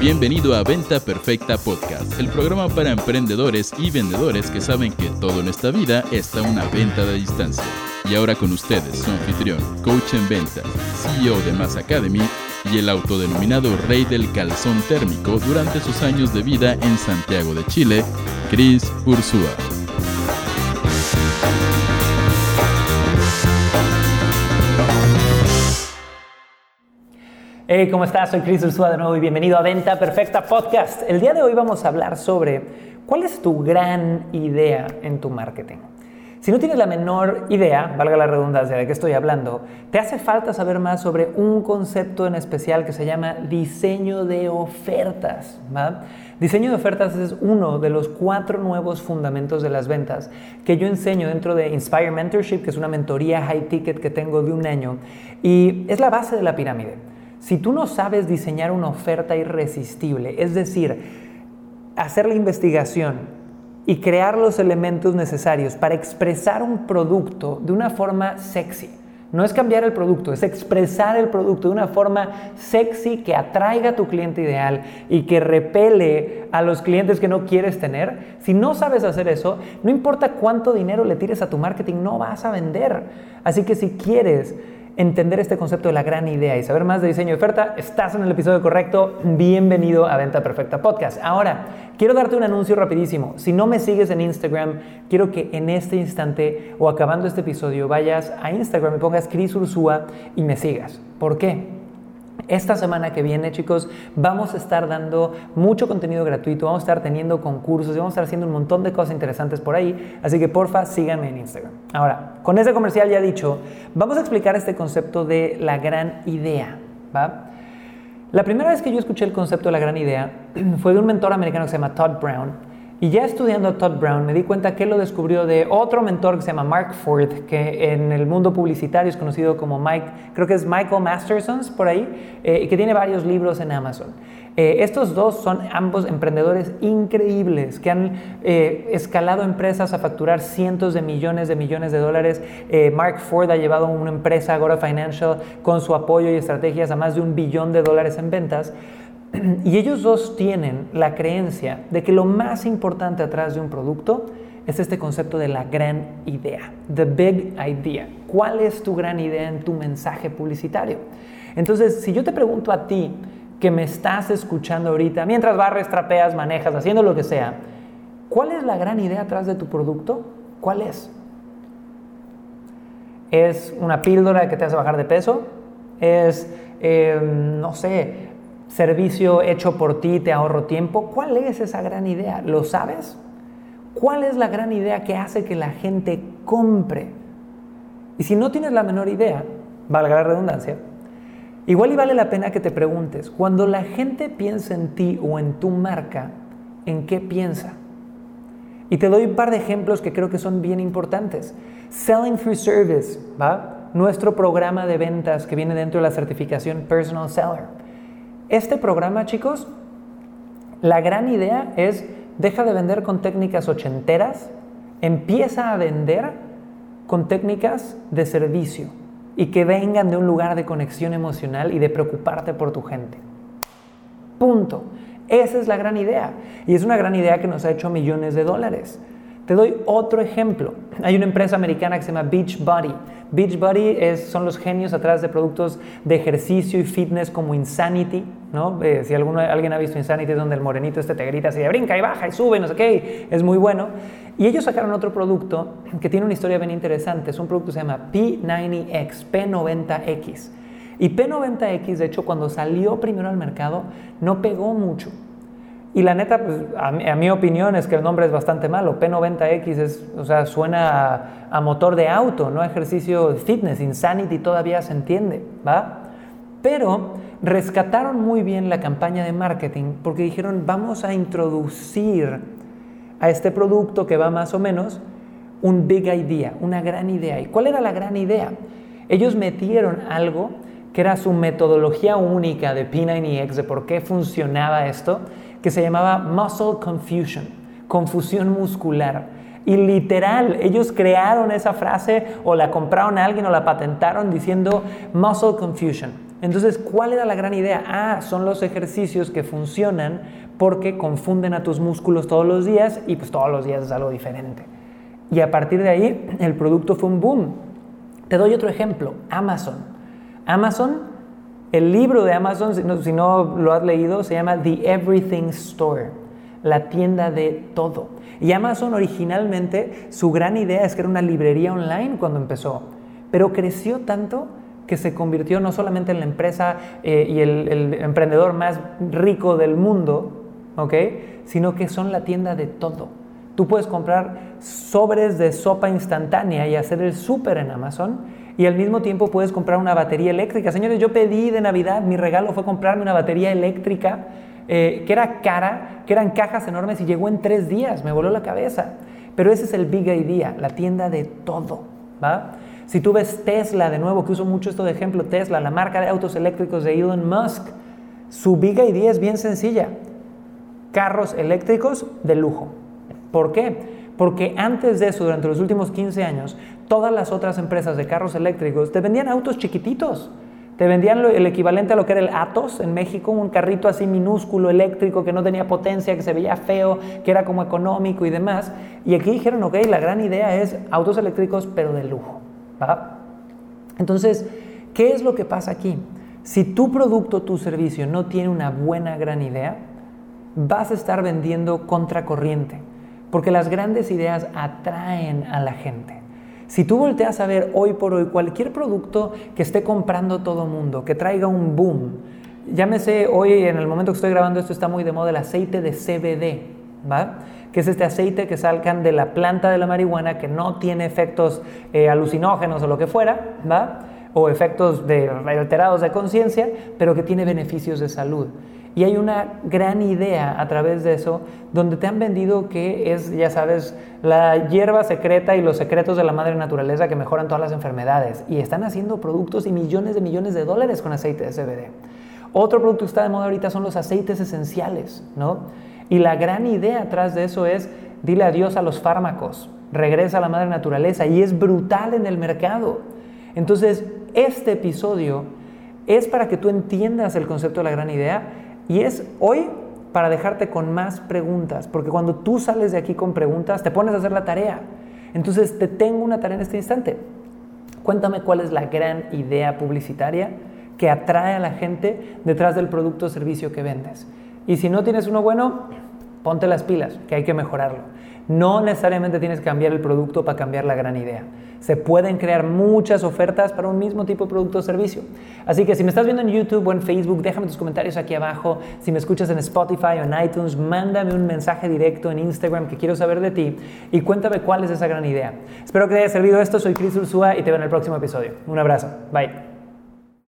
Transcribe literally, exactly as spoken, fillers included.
Bienvenido a Venta Perfecta Podcast, el programa para emprendedores y vendedores que saben que todo en esta vida está a una venta de distancia. Y ahora con ustedes, su anfitrión, coach en ventas, C E O de Mass Academy y el autodenominado rey del calzón térmico durante sus años de vida en Santiago de Chile, Chris Ursúa. Hey, ¿cómo estás? Soy Chris Ursúa de nuevo y bienvenido a Venta Perfecta Podcast. El día de hoy vamos a hablar sobre cuál es tu gran idea en tu marketing. Si no tienes la menor idea, valga la redundancia, de qué estoy hablando, te hace falta saber más sobre un concepto en especial que se llama diseño de ofertas, ¿va? Diseño de ofertas es uno de los cuatro nuevos fundamentos de las ventas que yo enseño dentro de Inspire Mentorship, que es una mentoría high ticket que tengo de un año, y es la base de la pirámide. Si tú no sabes diseñar una oferta irresistible, es decir, hacer la investigación y crear los elementos necesarios para expresar un producto de una forma sexy. No es cambiar el producto, es expresar el producto de una forma sexy que atraiga a tu cliente ideal y que repele a los clientes que no quieres tener. Si no sabes hacer eso, no importa cuánto dinero le tires a tu marketing, no vas a vender. Así que si quieres entender este concepto de la gran idea y saber más de diseño de oferta, estás en el episodio correcto. Bienvenido a Venta Perfecta Podcast. Ahora, quiero darte un anuncio rapidísimo. Si no me sigues en Instagram, quiero que en este instante o acabando este episodio vayas a Instagram y pongas Chris Ursúa y me sigas. ¿Por qué? Esta semana que viene, chicos, vamos a estar dando mucho contenido gratuito, vamos a estar teniendo concursos y vamos a estar haciendo un montón de cosas interesantes por ahí, así que porfa, síganme en Instagram. Ahora, con ese comercial ya dicho, vamos a explicar este concepto de la gran idea, ¿va? La primera vez que yo escuché el concepto de la gran idea fue de un mentor americano que se llama Todd Brown. Y ya estudiando a Todd Brown me di cuenta que él lo descubrió de otro mentor que se llama Mark Ford, que en el mundo publicitario es conocido como Mike, creo que es Michael Masterson por ahí, eh, y que tiene varios libros en Amazon. Eh, estos dos son ambos emprendedores increíbles que han eh, escalado empresas a facturar cientos de millones de millones de dólares. Eh, Mark Ford ha llevado una empresa, Agora Financial, con su apoyo y estrategias a más de un billón de dólares en ventas. Y ellos dos tienen la creencia de que lo más importante atrás de un producto es este concepto de la gran idea, the big idea. ¿Cuál es tu gran idea en tu mensaje publicitario? Entonces, si yo te pregunto a ti que me estás escuchando ahorita, mientras barres, trapeas, manejas, haciendo lo que sea, ¿cuál es la gran idea atrás de tu producto? ¿Cuál es? ¿Es una píldora que te hace bajar de peso? ¿Es, eh, no sé, servicio hecho por ti, te ahorro tiempo? ¿Cuál es esa gran idea? ¿Lo sabes? ¿Cuál es la gran idea que hace que la gente compre? Y si no tienes la menor idea, valga la redundancia, igual y vale la pena que te preguntes, cuando la gente piensa en ti o en tu marca, ¿en qué piensa? Y te doy un par de ejemplos que creo que son bien importantes. Selling through Service, ¿va? Nuestro programa de ventas que viene dentro de la certificación Personal Seller. Este programa, chicos, la gran idea es deja de vender con técnicas ochenteras, empieza a vender con técnicas de servicio y que vengan de un lugar de conexión emocional y de preocuparte por tu gente. Punto. Esa es la gran idea y es una gran idea que nos ha hecho millones de dólares. Te doy otro ejemplo. Hay una empresa americana que se llama Beachbody. Beachbody es, son los genios atrás de productos de ejercicio y fitness como Insanity, ¿no? Eh, si alguno, alguien ha visto Insanity, es donde el morenito este te grita así de brinca y baja y sube, no sé qué, es muy bueno. Y ellos sacaron otro producto que tiene una historia bien interesante. Es un producto que se llama P noventa X, P noventa X. Y P noventa X, de hecho, cuando salió primero al mercado, no pegó mucho. Y la neta, pues, a, mi, a mi opinión es que el nombre es bastante malo. P noventa X es, o sea, suena a, a motor de auto, no a ejercicio fitness. Insanity todavía se entiende, ¿va? Pero rescataron muy bien la campaña de marketing porque dijeron, vamos a introducir a este producto que va más o menos un big idea, una gran idea. ¿Y cuál era la gran idea? Ellos metieron algo que era su metodología única de P noventa X, de por qué funcionaba esto, que se llamaba Muscle Confusion, confusión muscular. Y literal, ellos crearon esa frase o la compraron a alguien o la patentaron diciendo Muscle Confusion. Entonces, ¿cuál era la gran idea? Ah, son los ejercicios que funcionan porque confunden a tus músculos todos los días y pues todos los días es algo diferente. Y a partir de ahí, el producto fue un boom. Te doy otro ejemplo, Amazon. Amazon, el libro de Amazon, si no, si no lo has leído, se llama The Everything Store, la tienda de todo. Y Amazon originalmente, su gran idea es que era una librería online cuando empezó, pero creció tanto que se convirtió no solamente en la empresa eh, y el, el emprendedor más rico del mundo, ¿ok?, sino que son la tienda de todo. Tú puedes comprar sobres de sopa instantánea y hacer el súper en Amazon y al mismo tiempo puedes comprar una batería eléctrica. Señores, yo pedí de Navidad, mi regalo fue comprarme una batería eléctrica eh, que era cara, que eran cajas enormes y llegó en tres días, me voló la cabeza. Pero ese es el big idea, la tienda de todo, ¿va? Si tú ves Tesla, de nuevo, que uso mucho esto de ejemplo, Tesla, la marca de autos eléctricos de Elon Musk, su big idea es bien sencilla, carros eléctricos de lujo. ¿Por qué? Porque antes de eso, durante los últimos quince años, todas las otras empresas de carros eléctricos te vendían autos chiquititos. Te vendían lo, el equivalente a lo que era el Atos en México, un carrito así minúsculo, eléctrico, que no tenía potencia, que se veía feo, que era como económico y demás. Y aquí dijeron, ok, la gran idea es autos eléctricos, pero de lujo, ¿va? Entonces, ¿qué es lo que pasa aquí? Si tu producto, tu servicio no tiene una buena gran idea, vas a estar vendiendo contracorriente. Porque las grandes ideas atraen a la gente. Si tú volteas a ver hoy por hoy cualquier producto que esté comprando todo mundo, que traiga un boom, llámese hoy, en el momento que estoy grabando esto, está muy de moda el aceite de C B D, ¿va? Que es este aceite que sacan de la planta de la marihuana que no tiene efectos eh, alucinógenos o lo que fuera, ¿va? O efectos de, alterados de conciencia, pero que tiene beneficios de salud. Y hay una gran idea a través de eso, donde te han vendido que es, ya sabes, la hierba secreta y los secretos de la madre naturaleza que mejoran todas las enfermedades. Y están haciendo productos y millones de millones de dólares con aceite de C B D. Otro producto que está de moda ahorita son los aceites esenciales, ¿no? Y la gran idea atrás de eso es, dile adiós a los fármacos, regresa a la madre naturaleza, y es brutal en el mercado. Entonces, este episodio es para que tú entiendas el concepto de la gran idea. Y es hoy para dejarte con más preguntas, porque cuando tú sales de aquí con preguntas, te pones a hacer la tarea. Entonces, te tengo una tarea en este instante. Cuéntame cuál es la gran idea publicitaria que atrae a la gente detrás del producto o servicio que vendes. Y si no tienes uno bueno, ponte las pilas, que hay que mejorarlo. No necesariamente tienes que cambiar el producto para cambiar la gran idea. Se pueden crear muchas ofertas para un mismo tipo de producto o servicio. Así que si me estás viendo en YouTube o en Facebook, déjame tus comentarios aquí abajo. Si me escuchas en Spotify o en iTunes, mándame un mensaje directo en Instagram que quiero saber de ti y cuéntame cuál es esa gran idea. Espero que te haya servido esto. Soy Chris Ursúa y te veo en el próximo episodio. Un abrazo. Bye.